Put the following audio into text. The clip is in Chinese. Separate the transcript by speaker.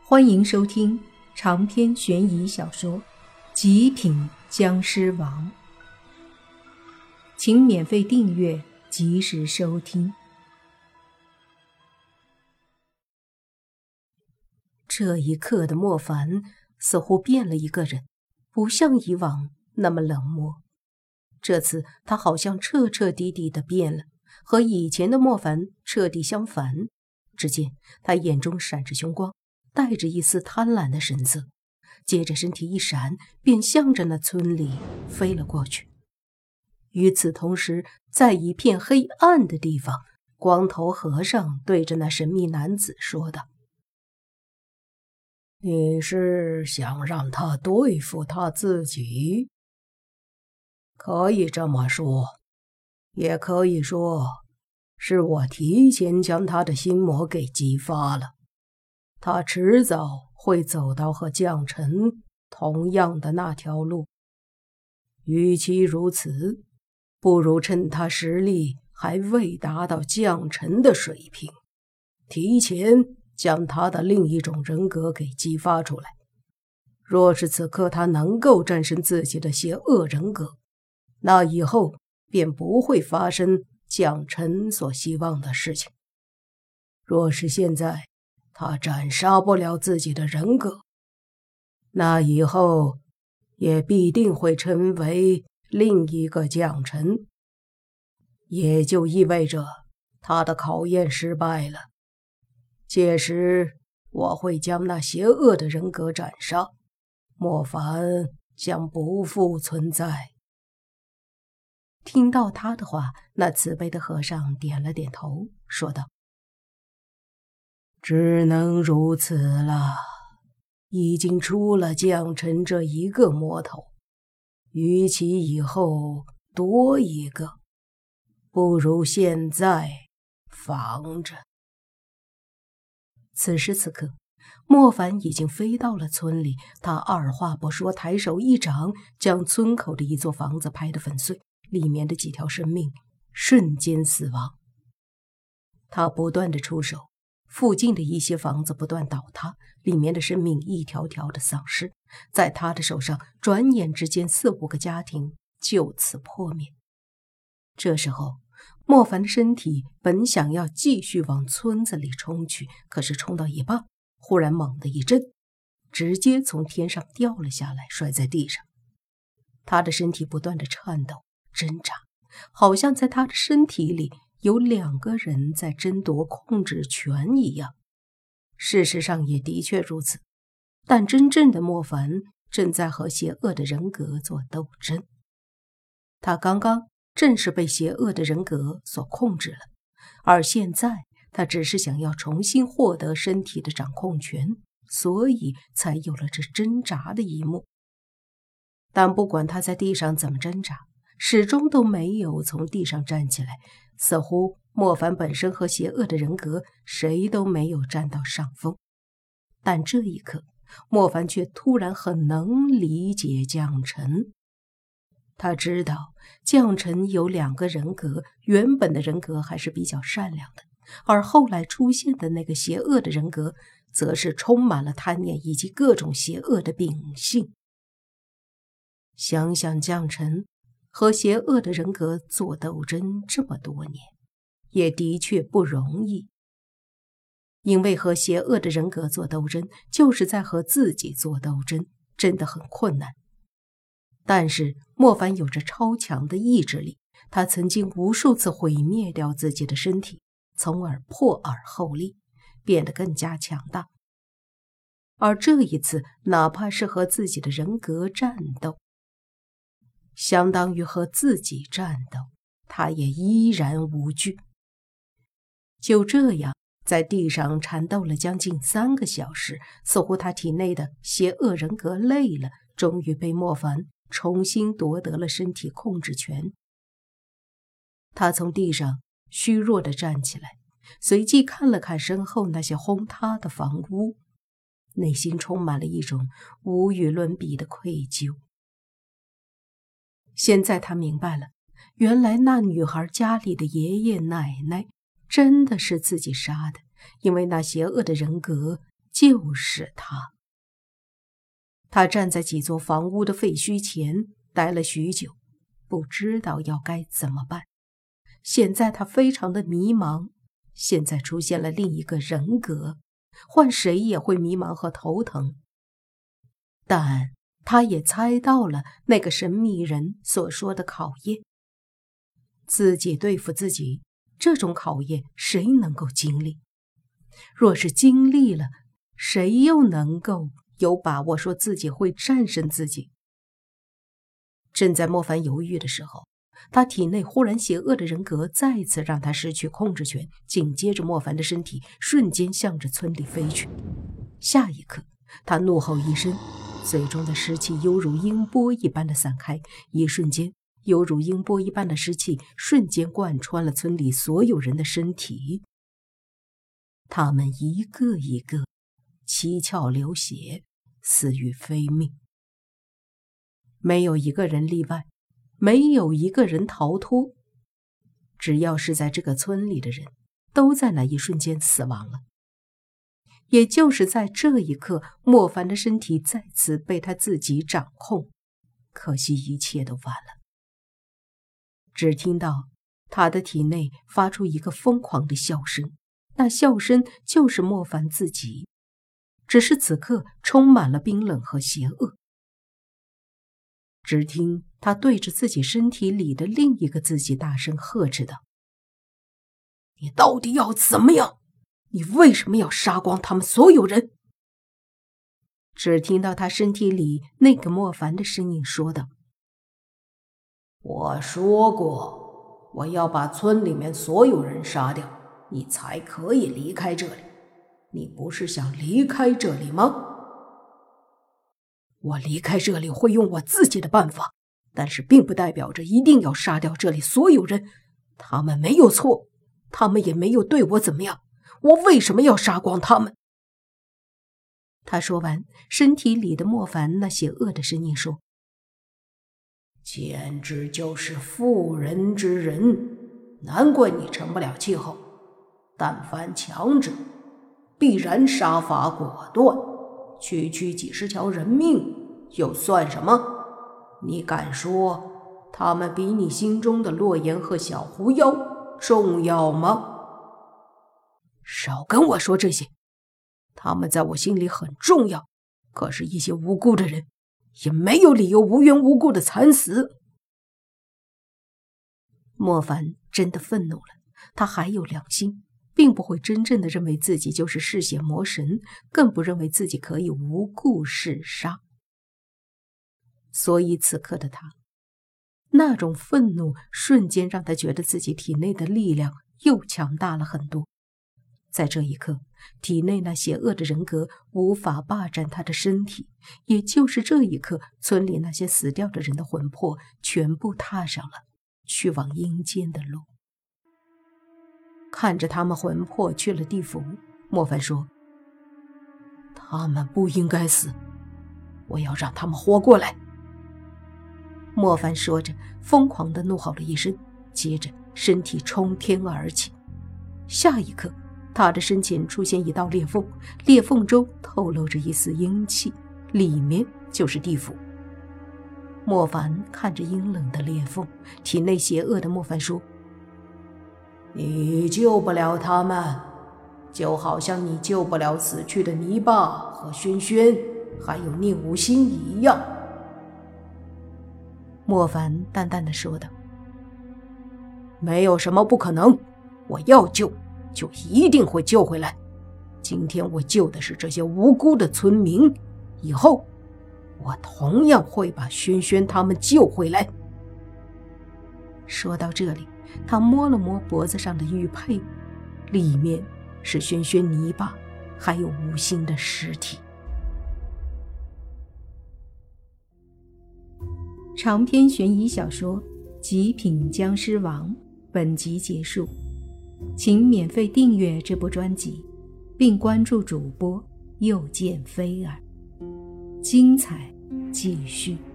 Speaker 1: 欢迎收听长篇悬疑小说《极品僵尸王》，请免费订阅，及时收听。这一刻的莫凡似乎变了一个人，不像以往那么冷漠。这次他好像彻彻底底的变了，和以前的莫凡彻底相反。只见他眼中闪着凶光，带着一丝贪婪的神色，接着身体一闪，便向着那村里飞了过去。与此同时，在一片黑暗的地方，光头和尚对着那神秘男子说道：“
Speaker 2: 你是想让他对付他自己？可以这么说，也可以说是我提前将他的心魔给激发了。他迟早会走到和将臣同样的那条路。与其如此，不如趁他实力还未达到将臣的水平，提前将他的另一种人格给激发出来。若是此刻他能够战胜自己的邪恶人格，那以后便不会发生将臣所希望的事情。若是现在他斩杀不了自己的人格，那以后也必定会成为另一个将臣，也就意味着他的考验失败了。届时我会将那邪恶的人格斩杀，莫凡将不复存在。”
Speaker 1: 听到他的话，那慈悲的和尚点了点头，说道：“
Speaker 2: 只能如此了。已经出了将臣这一个魔头，与其以后多一个，不如现在防着。”
Speaker 1: 此时此刻，莫凡已经飞到了村里，他二话不说，抬手一掌，将村口的一座房子拍得粉碎，里面的几条生命瞬间死亡。他不断的出手，附近的一些房子不断倒塌，里面的生命一条条的丧失。在他的手上，转眼之间4-5个家庭就此破灭。这时候，莫凡的身体本想要继续往村子里冲去，可是冲到一半，忽然猛地一震，直接从天上掉了下来，摔在地上。他的身体不断的颤抖挣扎，好像在他的身体里有2个人在争夺控制权一样。事实上也的确如此，但真正的莫凡正在和邪恶的人格做斗争。他刚刚正是被邪恶的人格所控制了，而现在他只是想要重新获得身体的掌控权，所以才有了这挣扎的一幕。但不管他在地上怎么挣扎，始终都没有从地上站起来，似乎莫凡本身和邪恶的人格谁都没有占到上风。但这一刻，莫凡却突然很能理解将臣。他知道将臣有2个人格，原本的人格还是比较善良的，而后来出现的那个邪恶的人格则是充满了贪念以及各种邪恶的秉性。想想将臣和邪恶的人格做斗争这么多年，也的确不容易。因为和邪恶的人格做斗争，就是在和自己做斗争，真的很困难。但是莫凡有着超强的意志力，他曾经无数次毁灭掉自己的身体，从而破而后立，变得更加强大。而这一次，哪怕是和自己的人格战斗，相当于和自己战斗，他也依然无惧。就这样，在地上缠斗了将近3个小时，似乎他体内的邪恶人格累了，终于被莫凡重新夺得了身体控制权。他从地上虚弱地站起来，随即看了看身后那些轰塌的房屋，内心充满了一种无与伦比的愧疚。现在他明白了，原来那女孩家里的爷爷奶奶真的是自己杀的，因为那邪恶的人格就是他。他站在几座房屋的废墟前，待了许久，不知道要该怎么办。现在他非常的迷茫，现在出现了另一个人格，换谁也会迷茫和头疼。但他也猜到了那个神秘人所说的考验。自己对付自己，这种考验谁能够经历？若是经历了，谁又能够有把握说自己会战胜自己？正在莫凡犹豫的时候，他体内忽然邪恶的人格再次让他失去控制权，紧接着莫凡的身体瞬间向着村里飞去。下一刻，他怒吼一声，嘴中的湿气犹如音波一般的散开，一瞬间，犹如音波一般的湿气瞬间贯穿了村里所有人的身体。他们一个一个七窍流血，死于非命。没有一个人例外，没有一个人逃脱。只要是在这个村里的人，都在那一瞬间死亡了。也就是在这一刻，莫凡的身体再次被他自己掌控，可惜一切都晚了。只听到他的体内发出一个疯狂的笑声，那笑声就是莫凡自己，只是此刻充满了冰冷和邪恶。只听他对着自己身体里的另一个自己大声呵斥道：“你到底要怎么样？你为什么要杀光他们所有人？”只听到他身体里那个莫凡的声音说道：“
Speaker 2: 我说过，我要把村里面所有人杀掉，你才可以离开这里。你不是想离开这里吗？”
Speaker 1: 我离开这里会用我自己的办法，但是并不代表着一定要杀掉这里所有人。他们没有错，他们也没有对我怎么样，我为什么要杀光他们？他说完，身体里的莫凡那邪恶的声音说：“
Speaker 2: 简直就是妇人之仁，难怪你成不了气候。但凡强者，必然杀伐果断，区区几十条人命又算什么？你敢说他们比你心中的洛言和小狐妖重要吗？
Speaker 1: 少跟我说这些，他们在我心里很重要，可是一些无辜的人也没有理由无缘无故的惨死。”莫凡真的愤怒了，他还有良心，并不会真正的认为自己就是嗜血魔神，更不认为自己可以无故弑杀。所以此刻的他，那种愤怒瞬间让他觉得自己体内的力量又强大了很多。在这一刻，体内那邪恶的人格无法霸占他的身体，也就是这一刻，村里那些死掉的人的魂魄全部踏上了去往阴间的路。看着他们魂魄去了地府，莫凡说：“他们不应该死，我要让他们活过来。”莫凡说着，疯狂地怒吼了一声，接着身体冲天而起。下一刻，他的身前出现一道裂缝，裂缝中透露着一丝阴气，里面就是地府。莫凡看着阴冷的裂缝，体内邪恶的莫凡说：“
Speaker 2: 你救不了他们，就好像你救不了死去的泥巴和轩轩，还有宁无心一样。”
Speaker 1: 莫凡淡淡的说道：“没有什么不可能，我要救，就一定会救回来。今天我救的是这些无辜的村民，以后我同样会把轩轩他们救回来。”说到这里，他摸了摸脖子上的玉佩，里面是轩轩泥巴，还有无心的尸体。长篇悬疑小说《极品僵尸王》本集结束，请免费订阅这部专辑，并关注主播又见菲儿，精彩继续。